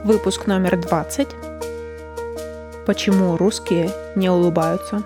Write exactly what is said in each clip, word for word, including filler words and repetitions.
Выпуск номер двадцать. Почему русские не улыбаются?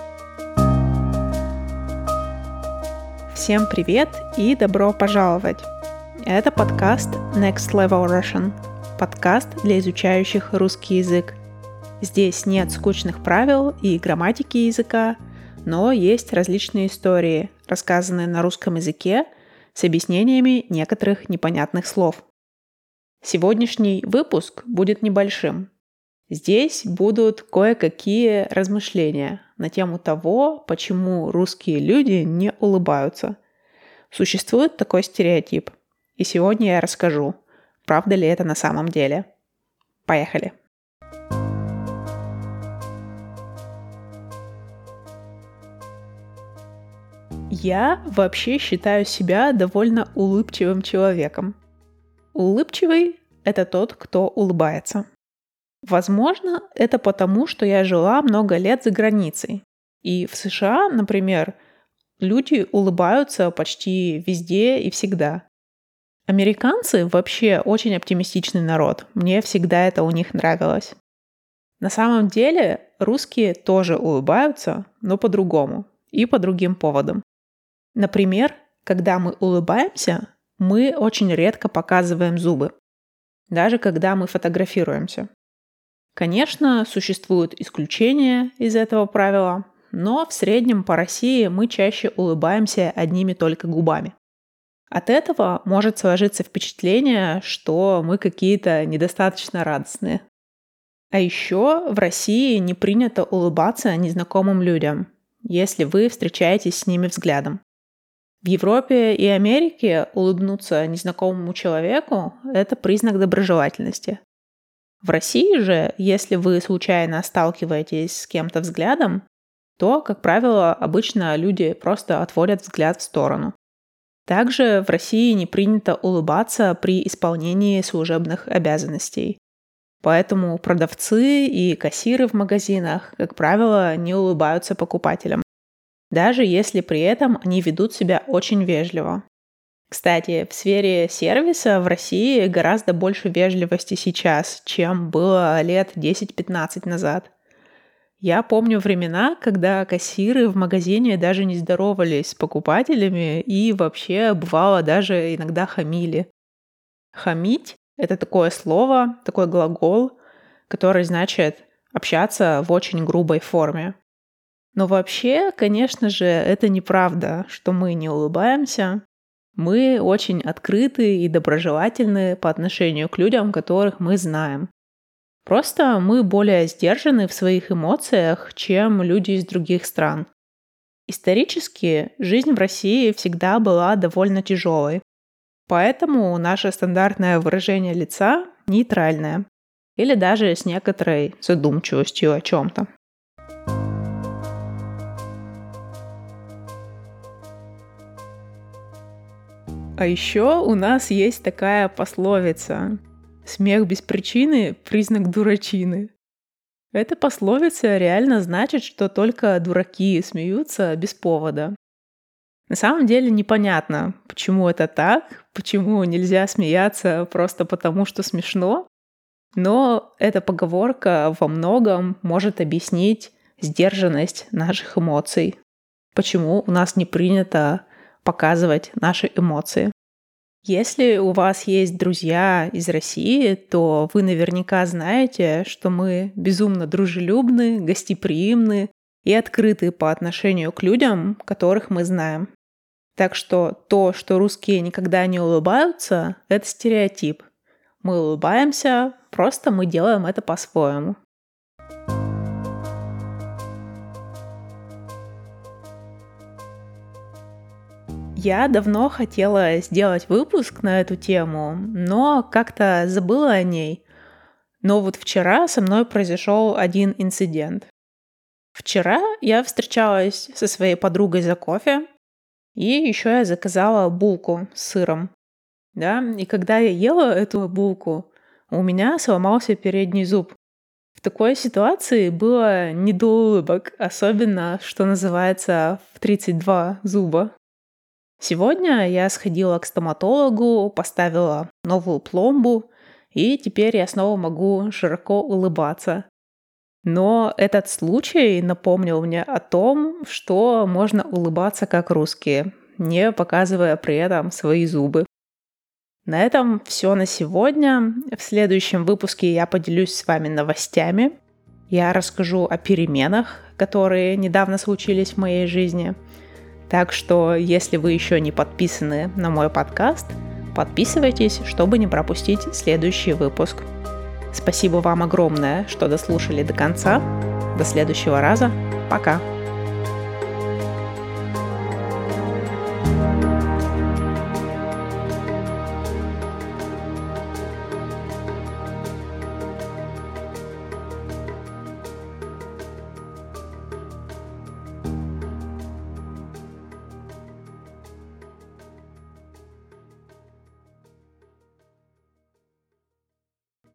Всем привет и добро пожаловать! Это подкаст Next Level Russian, подкаст для изучающих русский язык. Здесь нет скучных правил и грамматики языка, но есть различные истории, рассказанные на русском языке с объяснениями некоторых непонятных слов. Сегодняшний выпуск будет небольшим. Здесь будут кое-какие размышления на тему того, почему русские люди не улыбаются. Существует такой стереотип, и сегодня я расскажу, правда ли это на самом деле. Поехали! Я вообще считаю себя довольно улыбчивым человеком. Улыбчивый – это тот, кто улыбается. Возможно, это потому, что я жила много лет за границей. И в США, например, люди улыбаются почти везде и всегда. Американцы вообще очень оптимистичный народ. Мне всегда это у них нравилось. На самом деле, русские тоже улыбаются, но по-другому и по другим поводам. Например, когда мы улыбаемся, мы очень редко показываем зубы, даже когда мы фотографируемся. Конечно, существуют исключения из этого правила, но в среднем по России мы чаще улыбаемся одними только губами. От этого может сложиться впечатление, что мы какие-то недостаточно радостные. А еще в России не принято улыбаться незнакомым людям, если вы встречаетесь с ними взглядом. В Европе и Америке улыбнуться незнакомому человеку – это признак доброжелательности. В России же, если вы случайно сталкиваетесь с кем-то взглядом, то, как правило, обычно люди просто отводят взгляд в сторону. Также в России не принято улыбаться при исполнении служебных обязанностей. Поэтому продавцы и кассиры в магазинах, как правило, не улыбаются покупателям, даже если при этом они ведут себя очень вежливо. Кстати, в сфере сервиса в России гораздо больше вежливости сейчас, чем было лет десять-пятнадцать назад. Я помню времена, когда кассиры в магазине даже не здоровались с покупателями и вообще, бывало, даже иногда хамили. Хамить – это такое слово, такой глагол, который значит общаться в очень грубой форме. Но вообще, конечно же, это неправда, что мы не улыбаемся. Мы очень открыты и доброжелательны по отношению к людям, которых мы знаем. Просто мы более сдержаны в своих эмоциях, чем люди из других стран. Исторически жизнь в России всегда была довольно тяжелой. Поэтому наше стандартное выражение лица нейтральное или даже с некоторой задумчивостью о чем-то. А еще у нас есть такая пословица: «Смех без причины – признак дурачины». Эта пословица реально значит, что только дураки смеются без повода. На самом деле непонятно, почему это так, почему нельзя смеяться просто потому, что смешно, но эта поговорка во многом может объяснить сдержанность наших эмоций, почему у нас не принято показывать наши эмоции. Если у вас есть друзья из России, то вы наверняка знаете, что мы безумно дружелюбны, гостеприимны и открыты по отношению к людям, которых мы знаем. Так что то, что русские никогда не улыбаются, это стереотип. Мы улыбаемся, просто мы делаем это по-своему. Я давно хотела сделать выпуск на эту тему, но как-то забыла о ней. Но вот вчера со мной произошел один инцидент. Вчера я встречалась со своей подругой за кофе, и еще я заказала булку с сыром. Да? И когда я ела эту булку, у меня сломался передний зуб. В такой ситуации было не до улыбок, особенно, что называется, в тридцать два зуба. Сегодня я сходила к стоматологу, поставила новую пломбу и теперь я снова могу широко улыбаться. Но этот случай напомнил мне о том, что можно улыбаться как русские, не показывая при этом свои зубы. На этом все на сегодня. В следующем выпуске я поделюсь с вами новостями. Я расскажу о переменах, которые недавно случились в моей жизни. Так что, если вы еще не подписаны на мой подкаст, подписывайтесь, чтобы не пропустить следующий выпуск. Спасибо вам огромное, что дослушали до конца. До следующего раза. Пока!